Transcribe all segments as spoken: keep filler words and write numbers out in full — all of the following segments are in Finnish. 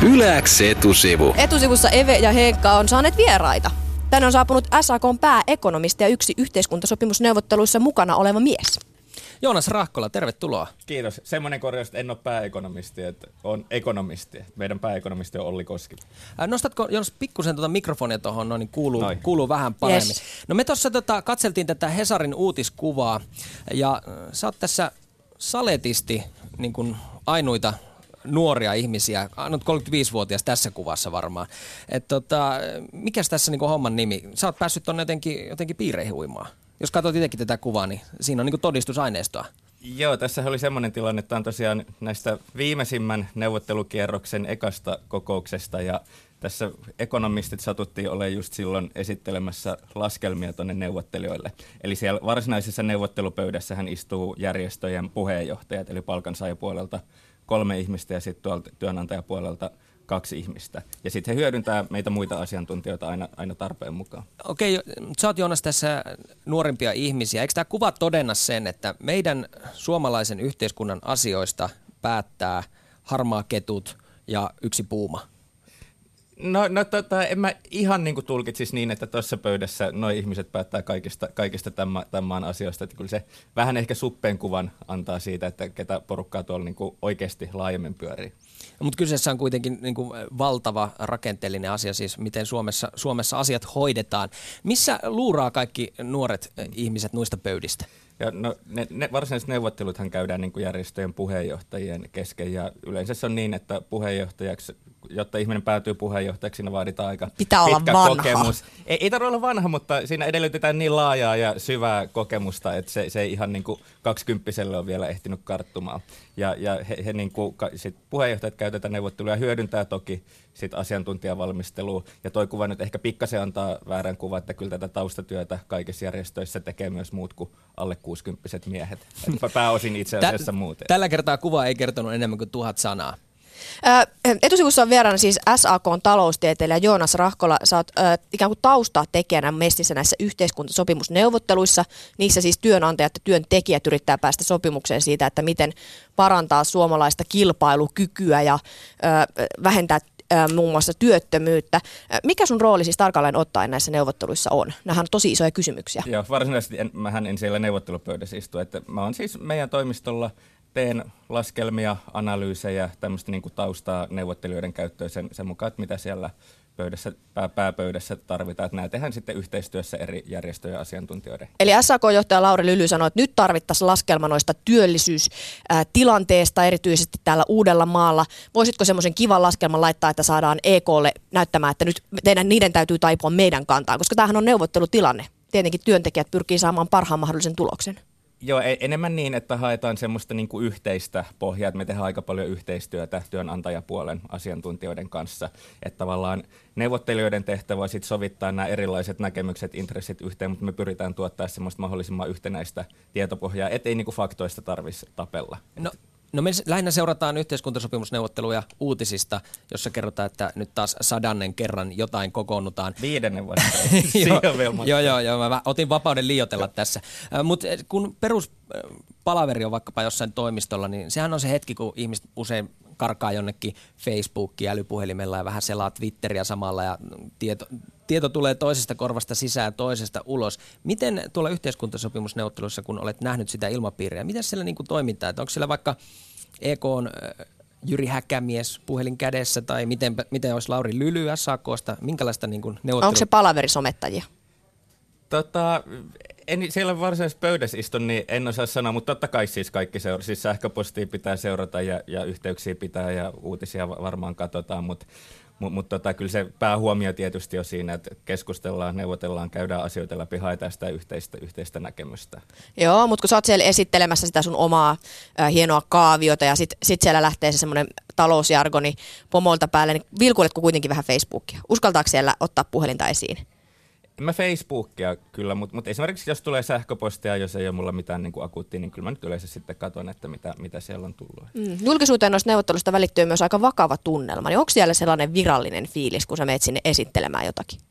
Yle X etusivu. Etusivussa Eve ja Henkka on saaneet vieraita. Tänne on saapunut S A K:n pääekonomisti ja yksi yhteiskuntasopimusneuvotteluissa mukana oleva mies. Joonas Rahkola, tervetuloa. Kiitos. Semmoinen korjaus, että en ole pääekonomisti, että olen ekonomisti. Meidän pääekonomisti on Olli Koski. Ää, nostatko Joonas pikkusen tuota mikrofonia tuohon, no niin kuuluu, Noin. kuuluu vähän paremmin. Yes. No me tuossa tota, katseltiin tätä Hesarin uutiskuvaa ja äh, sä oot tässä saletisti niin kuin ainuita nuoria ihmisiä, ainut kolmekymmentäviisivuotias tässä kuvassa varmaan. Et tota, mikäs tässä niin kuin homman nimi? Sä oot päässyt tuonne jotenkin, jotenkin piireihin uimaan. Jos katsot itsekin tätä kuvaa, niin siinä on niin kuin todistusaineistoa. Joo, tässä oli semmoinen tilanne, että on tosiaan näistä viimeisimmän neuvottelukierroksen ekasta kokouksesta ja tässä ekonomistit satuttiin olemaan just silloin esittelemässä laskelmia tuonne neuvottelijoille. Eli siellä varsinaisessa neuvottelupöydässähän istuu järjestöjen puheenjohtajat, eli palkansaajapuolelta kolme ihmistä ja sitten tuolta työnantajapuolelta kaksi ihmistä. Ja sitten he hyödyntää meitä muita asiantuntijoita aina, aina tarpeen mukaan. Okei, sä oot Joonas tässä nuorimpia ihmisiä. Eikö tämä kuva todenna sen, että meidän suomalaisen yhteiskunnan asioista päättää harmaaketut ja yksi puuma? No, no tota, en mä ihan niin kuin tulkitsis niin, että tuossa pöydässä nuo ihmiset päättää kaikista, kaikista tämän, tämän maan asioista. Että kyllä se vähän ehkä suppeen kuvan antaa siitä, että ketä porukkaa tuolla niin kuin oikeasti laajemmin pyörii. Mutta kyseessä on kuitenkin niin kuin valtava rakenteellinen asia, siis miten Suomessa, Suomessa asiat hoidetaan. Missä luuraa kaikki nuoret ihmiset noista pöydistä? Ja no, ne, ne varsinaiset neuvotteluthan käydään niin kuin järjestöjen puheenjohtajien kesken ja yleensä se on niin, että puheenjohtajaksi, jotta ihminen päätyy puheenjohtajaksi, siinä vaaditaan aika Pitää pitkä olla vanha. kokemus. Ei, ei tarvitse olla vanha, mutta siinä edellytetään niin laajaa ja syvää kokemusta, että se, se ei ihan niin kuin kaksikymppiselle ole vielä ehtinyt karttumaan. Ja, ja he, he niin kuin, sit puheenjohtajat käytetään neuvotteluja ja hyödyntää toki sit asiantuntijavalmistelua. Ja toi kuva nyt ehkä pikkasen antaa väärän kuvan, että kyllä tätä taustatyötä kaikissa järjestöissä tekee myös muut kuin alle kuusikymppiset miehet. Et pääosin itse asiassa muuten. Tällä kertaa kuva ei kertonut enemmän kuin tuhat sanaa. Etusivussa on vieraana siis S A K:n taloustieteilijä Joonas Rahkola. Sä oot ö, ikään kuin taustatekijänä mestissä näissä yhteiskuntasopimusneuvotteluissa. Niissä siis työnantajat ja työntekijät yrittää päästä sopimukseen siitä, että miten parantaa suomalaista kilpailukykyä ja ö, vähentää ö, muun muassa työttömyyttä. Mikä sun rooli siis tarkalleen ottaen näissä neuvotteluissa on? Nämähän on tosi isoja kysymyksiä. Joo, varsinaisesti en, mähän en siellä neuvottelupöydässä istu. Että mä oon siis meidän toimistolla teen laskelmia, analyysejä, tämmöistä niin kuin taustaa neuvottelijoiden käyttöön sen, sen mukaan, että mitä siellä pöydässä, pää, pääpöydässä tarvitaan. Että nämä tehdään sitten yhteistyössä eri järjestöjen ja asiantuntijoiden. Eli S A K-johtaja Lauri Lyly sanoi, että nyt tarvittaisiin laskelma noista työllisyystilanteesta, erityisesti täällä Uudellamaalla. Voisitko semmoisen kivan laskelman laittaa, että saadaan E K:lle näyttämään, että nyt teidän, niiden täytyy taipua meidän kantaan, koska tämähän on neuvottelutilanne. Tietenkin työntekijät pyrkii saamaan parhaan mahdollisen tuloksen. Joo, enemmän niin, että haetaan semmoista niin kuin yhteistä pohjaa, että me tehdään aika paljon yhteistyötä työnantajapuolen asiantuntijoiden kanssa. Että tavallaan neuvottelijoiden tehtävä on sitten sovittaa nämä erilaiset näkemykset, intressit yhteen, mutta me pyritään tuottaa semmoista mahdollisimman yhtenäistä tietopohjaa, ettei niin kuin faktoista tarvitsisi tapella. No. No me lähinnä seurataan yhteiskuntasopimusneuvotteluja uutisista, jossa kerrotaan, että nyt taas sadannen kerran jotain kokoonnutaan. Viidennen vuoden. Joo, joo, joo, mä otin vapauden liioitella tässä. Mutta kun peruspalaveri on vaikkapa jossain toimistolla, niin sehän on se hetki, kun ihmiset usein karkaa jonnekin Facebookiin älypuhelimella ja vähän selaa Twitteriä samalla ja tieto, tieto tulee toisesta korvasta sisään toisesta ulos. Miten tuolla yhteiskuntasopimusneuvottelussa, kun olet nähnyt sitä ilmapiiriä, miten siellä niin kuin toimintaa? Onko siellä vaikka E K:n Jyri Häkämies puhelin kädessä tai miten, miten olisi Lauri Lyly S A K:sta? Minkälaista niin kuin neuvottelu... Onko se palaverisomettajia? Tota, en siellä varsinaisessa pöydässä istun, niin en osaa sanoa, mutta totta kai siis kaikki seura- siis sähköpostia pitää seurata ja, ja yhteyksiä pitää ja uutisia varmaan katsotaan, mutta mut, mut tota, kyllä se päähuomio tietysti on siinä, että keskustellaan, neuvotellaan, käydään asioita läpi, haetaan sitä yhteistä, yhteistä näkemystä. Joo, mutta kun sä oot siellä esittelemässä sitä sun omaa äh, hienoa kaaviota ja sit, sit siellä lähtee se semmoinen talousjargoni pomolta päälle, niin vilkuiletko kuitenkin vähän Facebookia? Uskaltaako siellä ottaa puhelinta esiin? En mä Facebookia kyllä, mutta mut esimerkiksi jos tulee sähköpostia, jos ei ole mulla mitään niin kuin akuuttia, niin kyllä mä nyt yleensä sitten katson, että mitä, mitä siellä on tullut. Mm. Julkisuuteen noista neuvottelusta välittyy myös aika vakava tunnelma. Niin onko siellä sellainen virallinen fiilis, kun sä menet sinne esittelemään jotakin?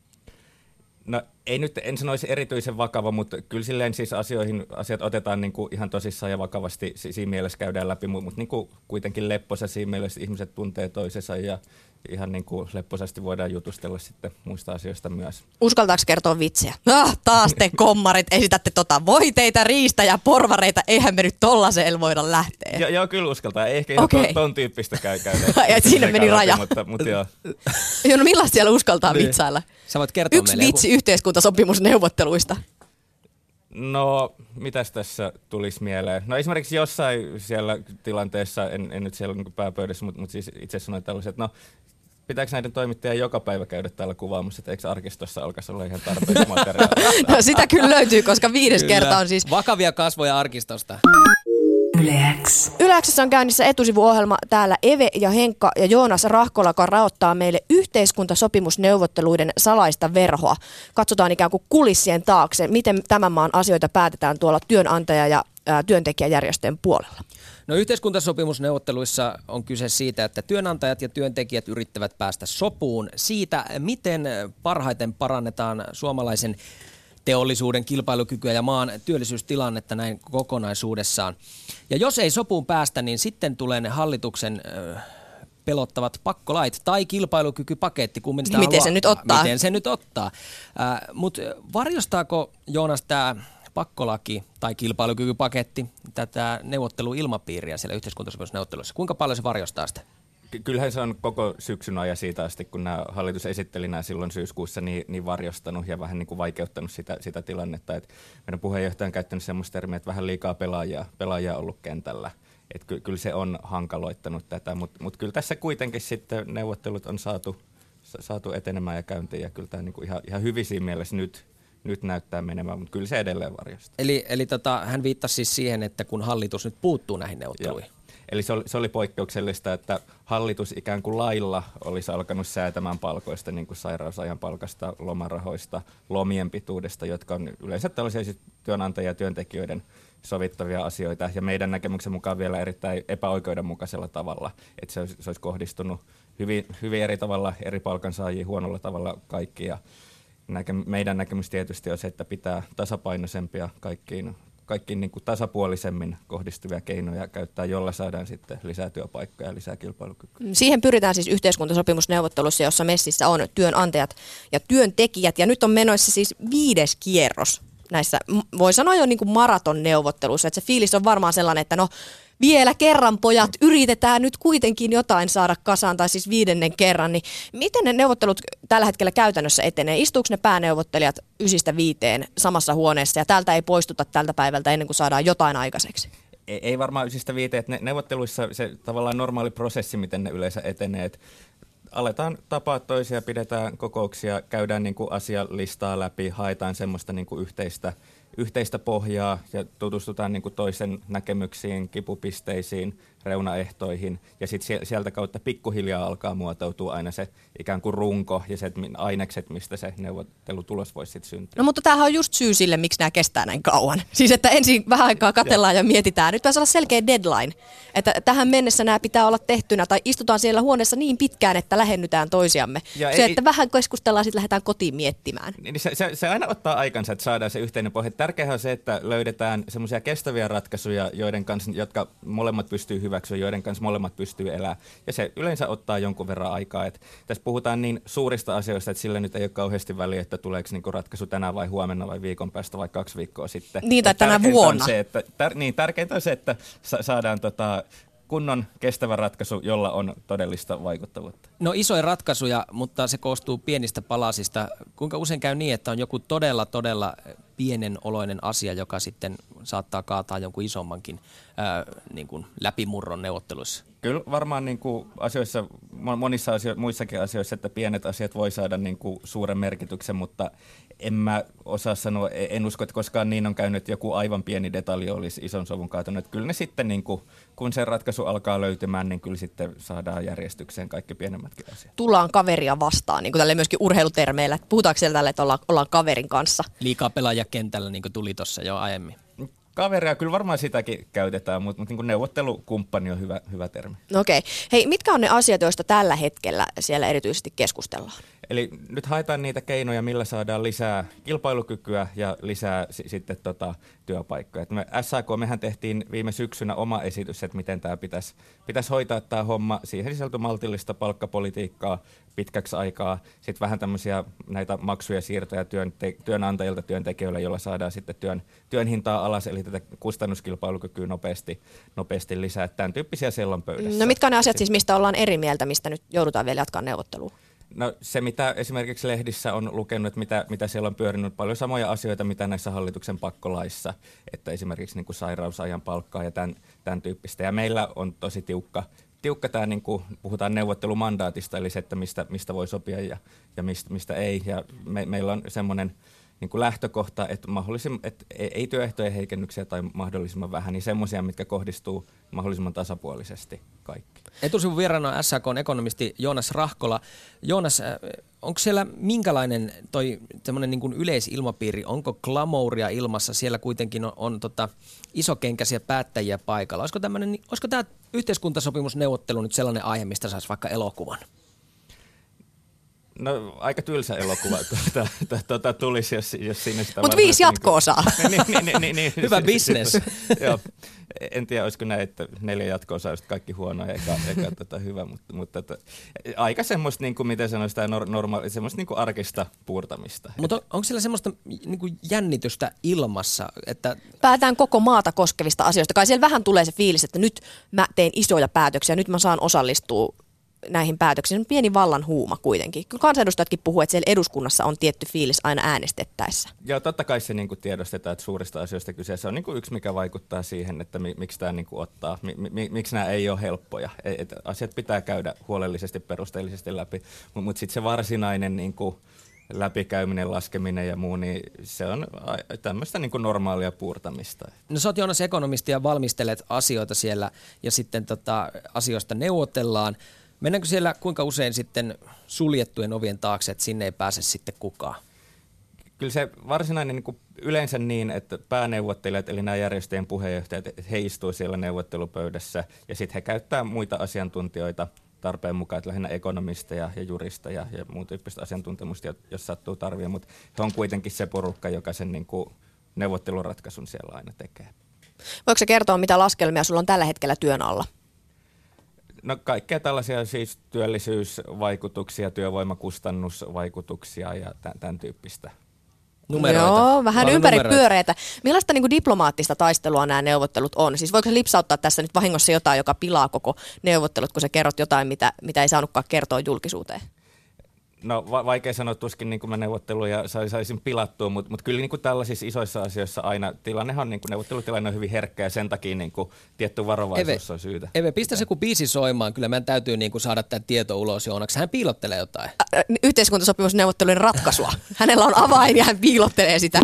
No ei nyt, en sanoisi erityisen vakava, mutta kyllä silleen siis asioihin, asiat otetaan niin kuin ihan tosissaan ja vakavasti siinä mielessä käydään läpi, mutta niin kuin kuitenkin lepposa siinä mielessä ihmiset tuntee toisensa ja ihan niin kuin lepposasti voidaan jutustella sitten muista asioista myös. Uskaltaako kertoa vitsejä? Ah, taas te kommarit esitätte tota, voi teitä riistä ja porvareita, eihän me nyt tollaseen voida lähteä. Jo, joo, kyllä uskaltaa. Ei ehkä ihan okay. ton, ton tyyppistä käy käydä. Siinä meni läpi, raja. Mutta, mutta joo. joo, no millaista siellä uskaltaa niin. vitsailla? Sä voit kertoa Yksi meille vitsi joku yhteiskuntasopimusneuvotteluista. No, mitäs tässä tulisi mieleen? No esimerkiksi jossain siellä tilanteessa, en, en nyt siellä niin pääpöydässä, mutta, mutta siis itse sanoin tällaiset, että no pitääkö näiden toimittajien joka päivä käydä täällä kuvaamassa, että eikö arkistossa alkaisi olla ihan tarpeeksi materiaalia? No sitä kyllä löytyy, koska viides kyllä. kerta on siis vakavia kasvoja arkistosta. Yleäks. Yleäksessä on käynnissä etusivuohjelma. Täällä Eve ja Henkka ja Joonas Rahkola, joka raottaa meille yhteiskuntasopimusneuvotteluiden salaista verhoa. Katsotaan ikään kuin kulissien taakse, miten tämän maan asioita päätetään tuolla työnantaja- ja ää, työntekijäjärjestöjen puolella. No yhteiskuntasopimusneuvotteluissa on kyse siitä, että työnantajat ja työntekijät yrittävät päästä sopuun siitä, miten parhaiten parannetaan suomalaisen teollisuuden kilpailukykyä ja maan työllisyystilannetta näin kokonaisuudessaan. Ja jos ei sopuun päästä, niin sitten tulee ne hallituksen äh, pelottavat pakkolait tai kilpailukykypaketti. Kun miten haluaa, se nyt ottaa? Miten se nyt ottaa. Äh, Mutta varjostaako, Joonas, tämä pakkolaki tai kilpailukykypaketti tätä neuvotteluilmapiiriä siellä yhteiskuntasopimusneuvotteluissa? Kuinka paljon se varjostaa sitä? Kyllähän se on koko syksyn ajan siitä asti, kun nämä hallitus esitteli nämä silloin syyskuussa, niin, niin varjostanut ja vähän niin kuin vaikeuttanut sitä, sitä tilannetta. Et meidän puheenjohtaja on käyttänyt semmoista termiä, että vähän liikaa pelaajia, pelaajia on ollut kentällä. Et ky, kyllä se on hankaloittanut tätä, mutta mut kyllä tässä kuitenkin sitten neuvottelut on saatu, saatu etenemään ja käyntiin. Ja kyllä tämä niin kuin ihan, ihan hyvissä mielessä nyt, nyt näyttää menemään, mutta kyllä se edelleen varjostaa. Eli, eli tota, hän viittasi siis siihen, että kun hallitus nyt puuttuu näihin neuvotteluihin. Joo. Eli se oli, se oli poikkeuksellista, että hallitus ikään kuin lailla olisi alkanut säätämään palkoista, niin kuin sairausajan palkasta, lomarahoista, lomien pituudesta, jotka on yleensä tällaisia siis työnantajia ja työntekijöiden sovittavia asioita, ja meidän näkemyksen mukaan vielä erittäin epäoikeudenmukaisella tavalla, että se olisi, se olisi kohdistunut hyvin, hyvin eri tavalla eri palkansaajiin, huonolla tavalla kaikki, ja näke, meidän näkemys tietysti on se, että pitää tasapainoisempia kaikkiin kaikkiin niin kuin tasapuolisemmin kohdistuvia keinoja käyttää, jolla saadaan sitten lisää työpaikkoja ja lisää kilpailukykyä. Siihen pyritään siis yhteiskuntasopimusneuvottelussa, jossa messissä on työnantajat ja työntekijät. Ja nyt on menoissa siis viides kierros näissä, voi sanoa jo niin kuin maratonneuvotteluissa. Että se fiilis on varmaan sellainen, että no vielä kerran pojat, yritetään nyt kuitenkin jotain saada kasaan, tai siis viidennen kerran. Niin miten ne neuvottelut tällä hetkellä käytännössä etenee? Istuuko ne pääneuvottelijat ysistä viiteen samassa huoneessa ja täältä ei poistuta tältä päivältä ennen kuin saadaan jotain aikaiseksi? Ei, ei varmaan ysistä viiteen. Ne, neuvotteluissa se tavallaan normaali prosessi, miten ne yleensä etenee, että aletaan tapaa toisia, pidetään kokouksia, käydään niin kuin asialistaa läpi, haetaan semmoista niin kuin yhteistä, yhteistä pohjaa ja tutustutaan niin kuin toisen näkemyksiin, kipupisteisiin, reunaehtoihin ja sitten sieltä kautta pikkuhiljaa alkaa muotoutua aina se ikään kuin runko ja se ainekset, mistä se neuvottelutulos voisi sitten syntyä. No mutta tämähän on just syy sille, miksi nämä kestää näin kauan. Siis että ensin vähän aikaa katsellaan ja mietitään. Nyt pitäisi olla selkeä deadline, että tähän mennessä nämä pitää olla tehtynä tai istutaan siellä huoneessa niin pitkään, että lähennytään toisiamme. Ja se, ei, että vähän keskustellaan, sitten lähdetään kotiin miettimään. Niin se, se, se aina ottaa aikansa, että saadaan se yhteinen pohja. Tärkeää on se, että löydetään semmoisia kestäviä ratkaisuja, joiden kanssa, jotka molemmat pystyy hyväksyä, joiden kanssa molemmat pystyy elämään. Ja se yleensä ottaa jonkun verran aikaa. Et tässä puhutaan niin suurista asioista, että sillä nyt ei ole kauheasti väliä, että tuleeko niinku ratkaisu tänään vai huomenna vai viikon päästä vai kaksi viikkoa sitten. Niin, tai tänä vuonna. Se, että, tär, niin, tärkeintä on se, että sa- saadaan tota, kunnon kestävä ratkaisu, jolla on todellista vaikuttavuutta. No isoja ratkaisuja, mutta se koostuu pienistä palasista. Kuinka usein käy niin, että on joku todella, todella pienen oloinen asia, joka sitten saattaa kaataa jonkun isommankin ää, niin kuin läpimurron neuvotteluissa? Kyllä varmaan niin kuin asioissa, monissa asio- muissakin asioissa, että pienet asiat voi saada niin kuin suuren merkityksen, mutta en mä osaa sanoa, en usko, että koskaan niin on käynyt, että joku aivan pieni detalji olisi ison sovun kaatunut. Kyllä ne sitten, niin kuin, kun se ratkaisu alkaa löytymään, niin kyllä sitten saadaan järjestykseen kaikki pienemmätkin asiat. Tullaan kaveria vastaan, niin kuin tälle myöskin urheilutermeillä. Puhutaanko siellä tälle, että ollaan, ollaan kaverin kanssa? Liikaa pelaaja kentällä, niin kuin tuli tuossa jo aiemmin. Kaveria, kyllä varmaan sitäkin käytetään, mutta, mutta niin kuin neuvottelukumppani on hyvä, hyvä termi. Okei. Hei, mitkä on ne asiat, joista tällä hetkellä siellä erityisesti keskustellaan? Eli nyt haetaan niitä keinoja, millä saadaan lisää kilpailukykyä ja lisää s- sitten tota, työpaikkoja. Et me S A K, mehän tehtiin viime syksynä oma esitys, että miten tämä pitäisi pitäis hoitaa tämä homma. Siihen sisältyi maltillista palkkapolitiikkaa pitkäksi aikaa. Sitten vähän tämmöisiä näitä maksuja siirtoja työn te- työnantajilta työntekijöille, joilla saadaan sitten työn, työn hintaa alas, eli tätä kustannuskilpailukykyä nopeasti, nopeasti lisää. Tämän tyyppisiä siellä on pöydässä. No mitkä on ne asiat siis, mistä ollaan eri mieltä, mistä nyt joudutaan vielä jatkaa neuvottelua? No se, mitä esimerkiksi lehdissä on lukenut, mitä, mitä siellä on pyörinyt, paljon samoja asioita, mitä näissä hallituksen pakkolaissa, että esimerkiksi niin kuin sairausajan palkkaa ja tämän, tämän tyyppistä. Ja meillä on tosi tiukka, tiukka tämä, niin kuin puhutaan neuvottelumandaatista, eli se, että mistä, mistä voi sopia ja, ja mistä, mistä ei. Ja me, meillä on semmoinen niin kuin lähtökohta, että, että ei työehtojen heikennyksiä tai mahdollisimman vähän, niin semmoisia, mitkä kohdistuu mahdollisimman tasapuolisesti kaikki. Etusivun vieraana S A K:n ekonomisti Joonas Rahkola. Joonas, onko siellä minkälainen toi semmoinen niin kuin yleisilmapiiri, onko glamouria ilmassa? Siellä kuitenkin on, on tota, isokenkäisiä päättäjiä paikalla. Olisiko, olisiko tämä yhteiskuntasopimusneuvottelu nyt sellainen aihe, mistä saisi vaikka elokuvan? No aika tylsä elokuva tuota, tuota, tulisi, jos, jos sinne sitä... Mutta viisi jatko-osaa. Niin, niin, niin, niin, niin, hyvä business. Joo. En tiedä, olisiko näin, että neljä jatko-osaa olisi kaikki huonoa ja eka, eka tota, hyvä, mutta, mutta tota, aika semmoista, niin kuin, miten sanoisi, sitä normaali, semmoista niin kuin arkista puurtamista. Mutta on, onko siellä semmoista niin kuin jännitystä ilmassa? Että... Päätään koko maata koskevista asioista. Kai siellä vähän tulee se fiilis, että nyt mä teen isoja päätöksiä, nyt mä saan osallistua näihin päätöksiin. On pieni vallan huuma kuitenkin. Kyllä kansanedustajatkin puhuu, että siellä eduskunnassa on tietty fiilis aina äänestettäessä. Joo, totta kai se niin kuin tiedostetaan, että suurista asioista kyseessä on niin kuin yksi, mikä vaikuttaa siihen, että mi, miksi tämä niin kuin ottaa, mi, mi, miksi nämä ei ole helppoja. Et asiat pitää käydä huolellisesti, perusteellisesti läpi, mutta mut sitten se varsinainen niin kuin läpikäyminen, laskeminen ja muu, niin se on tämmöistä niin kuin normaalia puurtamista. No sä oot Joonas ekonomisti ja valmistelet asioita siellä ja sitten tota, asioista neuvotellaan. Mennäänkö siellä kuinka usein sitten suljettujen ovien taakse, että sinne ei pääse sitten kukaan? Kyllä se varsinainen niin kuin yleensä niin, että pääneuvottelijat, eli nämä järjestöjen puheenjohtajat, he istuu siellä neuvottelupöydässä ja sitten he käyttää muita asiantuntijoita tarpeen mukaan, että lähinnä ekonomisteja ja juristeja ja muun tyyppistä asiantuntemusta, jos sattuu tarvia, mutta he on kuitenkin se porukka, joka sen niin kuin neuvotteluratkaisun siellä aina tekee. Voiko sä kertoa, mitä laskelmia sulla on tällä hetkellä työn alla? No kaikkea tällaisia siis työllisyysvaikutuksia, työvoimakustannusvaikutuksia ja tämän, tämän tyyppistä. Numeroita. Joo, vähän Paljon ympäripyöreitä. Millaista niin kuin diplomaattista taistelua nämä neuvottelut on? Siis voiko se lipsauttaa tässä nyt vahingossa jotain, joka pilaa koko neuvottelut, kun sä kerrot jotain, mitä, mitä ei saanutkaan kertoa julkisuuteen? No va- vaikea sanoa, tuskin niin kuin mä neuvotteluja saisin pilattua, mutta mut kyllä niin kuin tällaisissa isoissa asioissa aina tilannehan, niin kuin neuvottelutilanne on hyvin herkkä ja sen takia niin kuin tietty varovaisuus Eve, on syytä. Eve, pistä se kun biisi soimaan, kyllä meidän täytyy niin kuin saada tämä tieto ulos Joonaksi. Hän piilottelee jotain. Ä, yhteiskuntasopimusneuvottelujen ratkaisua. Hänellä on avain ja hän piilottelee sitä.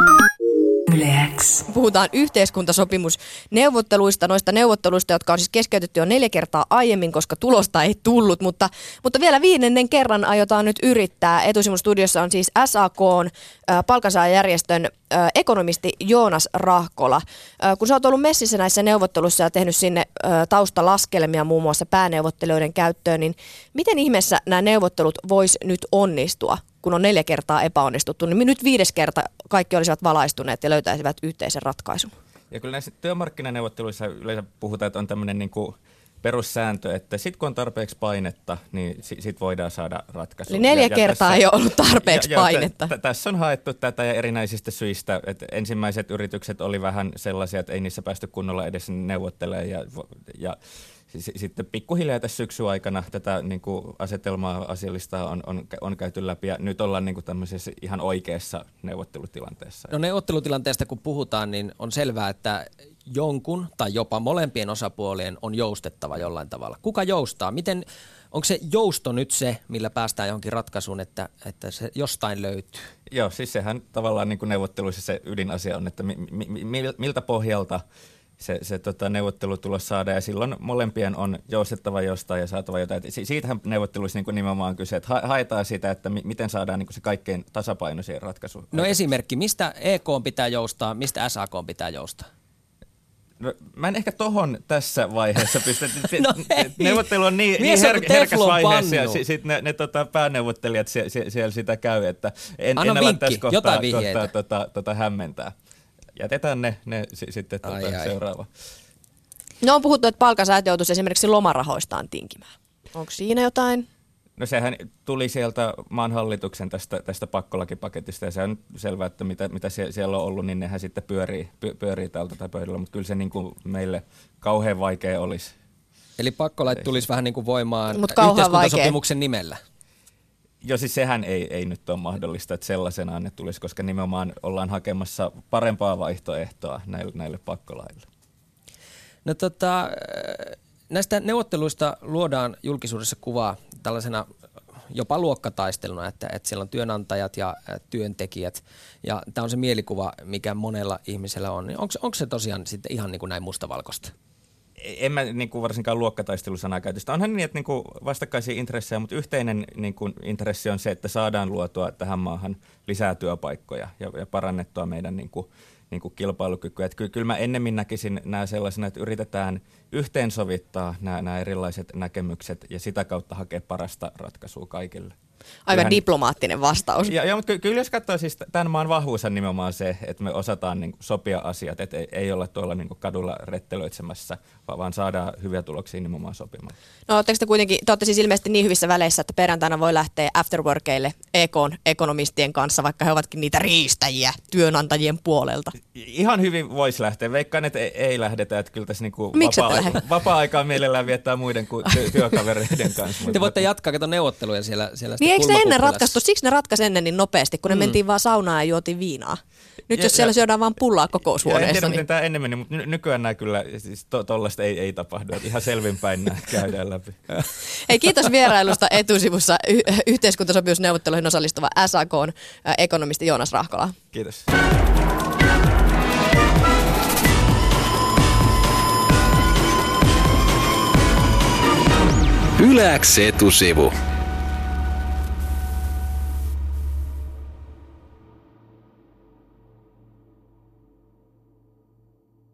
Puhutaan yhteiskuntasopimusneuvotteluista, noista neuvotteluista, jotka on siis keskeytetty jo neljä kertaa aiemmin, koska tulosta ei tullut, mutta, mutta vielä viidennen kerran aiotaan nyt yrittää. Etusivun studiossa on siis S A K:n äh, palkansaajajärjestön äh, ekonomisti Joonas Rahkola. Äh, kun sä oot ollut messissä näissä neuvotteluissa ja tehnyt sinne äh, taustalaskelmia muun muassa pääneuvottelijoiden käyttöön, niin miten ihmeessä nämä neuvottelut vois nyt onnistua? Kun on neljä kertaa epäonnistuttu, niin nyt viides kerta kaikki olisivat valaistuneet ja löytäisivät yhteisen ratkaisun. Ja kyllä näissä työmarkkinaneuvotteluissa yleensä puhutaan, että on tämmöinen niin kuin perussääntö, että sitten kun on tarpeeksi painetta, niin sit, sit voidaan saada ratkaisu. Eli neljä ja, kertaa ja ei ole ollut tarpeeksi ja, painetta. Ja t- t- tässä on haettu tätä ja erinäisistä syistä. Että ensimmäiset yritykset oli vähän sellaisia, että ei niissä päästy kunnolla edes neuvottelemaan ja, ja sitten pikkuhiljaa tässä syksyn aikana tätä niin kuin asetelmaa asiallista on, on, on käyty läpi ja nyt ollaan niin kuin tämmöisessä ihan oikeassa neuvottelutilanteessa. No neuvottelutilanteesta kun puhutaan, niin on selvää, että jonkun tai jopa molempien osapuolien on joustettava jollain tavalla. Kuka joustaa? Miten, onko se jousto nyt se, millä päästään johonkin ratkaisuun, että, että se jostain löytyy? Joo, siis sehän tavallaan niin kuin neuvotteluissa se ydinasia on, että mi, mi, mi, miltä pohjalta se, se tota, neuvottelutulos saadaan ja silloin molempien on joustettava jostain ja saatava jotain. Siitähän neuvotteluissa niin kuin nimenomaan on kyse, että haetaan sitä, että mi, miten saadaan niin kuin se kaikkein tasapainoisin ratkaisu. No esimerkki, mistä E K pitää joustaa, mistä S A K pitää joustaa? No, mä en ehkä tohon tässä vaiheessa pysty. No neuvottelu on niin, niin her- herkäs vaiheessa ja sitten ne, ne tota, pääneuvottelijat sie, sie, siellä sitä käy, että en, en ala tässä kohtaa, kohtaa tota, tota, hämmentää. Jätetään ne, ne s- sitten tota, ai, ai. seuraava. No on puhuttu, että palkansaajat joutuisi esimerkiksi lomarahoistaan tinkimään. Onko siinä jotain? No sehän tuli sieltä maan hallituksen tästä, tästä pakkolakipaketista ja se on selvää, että mitä, mitä siellä on ollut, niin nehän sitten pyörii, pyörii täältä tai pöydällä, mutta kyllä se niin kuin meille kauhean vaikea olisi. Eli pakkolait tulisi vähän niin kuin voimaan yhteiskuntasopimuksen nimellä? Joo, siis sehän ei, ei nyt ole mahdollista, että sellaisenaan ne tulisi, koska nimenomaan ollaan hakemassa parempaa vaihtoehtoa näille, näille pakkolaille. No tota, näistä neuvotteluista luodaan julkisuudessa kuvaa tällaisena jopa luokkataisteluna, että, että siellä on työnantajat ja työntekijät ja tämä on se mielikuva, mikä monella ihmisellä on. Onko, onko se tosiaan sitten ihan niin kuin näin mustavalkoista? En mä niin kuin varsinkaan luokkataistelusanaa käytöstä. Onhan niin, että niin kuin vastakkaisia intressejä, mutta yhteinen niin kuin intressi on se, että saadaan luotua tähän maahan lisää työpaikkoja ja, ja parannettua meidän niin kuin, niin kuin kilpailukykyä. Että kyllä mä ennemmin näkisin nämä sellaisena, että yritetään yhteensovittaa nämä, nämä erilaiset näkemykset ja sitä kautta hakea parasta ratkaisua kaikille. Aika Kyllähän, diplomaattinen vastaus. Ja, ja, mutta ky- kyllä jos katsoo siis tämän maan vahvuus on nimenomaan se, että me osataan niin kuin sopia asiat, että ei, ei olla tuolla niin kuin kadulla rettelöitsemässä, vaan saadaan hyviä tuloksia nimenomaan sopimaan. No oletteko te kuitenkin, te olette siis ilmeisesti niin hyvissä väleissä, että perjantaina voi lähteä afterworkeille E K:n ekonomistien kanssa, vaikka he ovatkin niitä riistäjiä työnantajien puolelta. Ihan hyvin voisi lähteä. Veikkaan, että ei, ei lähdetä, että kyllä tässä niin kuin vapaa-aika, vapaa-aikaa mielellään viettää muiden kuin ty- työkavereiden kanssa. Te voitte jatkaa, kato neuvotteluja siellä, siellä niin eikö ne ennen ratkaistu? Siksi ne ratkaisi ennen niin nopeasti, kun ne mm. mentiin vaan saunaan ja juotiin viinaa. Nyt ja, jos siellä ja, syödään vaan pullaa kokoushuoneessa. En tiedä, niin... miten tämä ennen meni, mutta nykyään nämä kyllä, siis tuollaista to, ei, ei tapahdu. Että ihan selvinpäin nämä käydään läpi. Hei, kiitos vierailusta etusivussa y- yhteiskuntasopimusneuvotteluihin osallistuva S A K:n ekonomisti Joonas Rahkola. Kiitos. Yle X etusivu.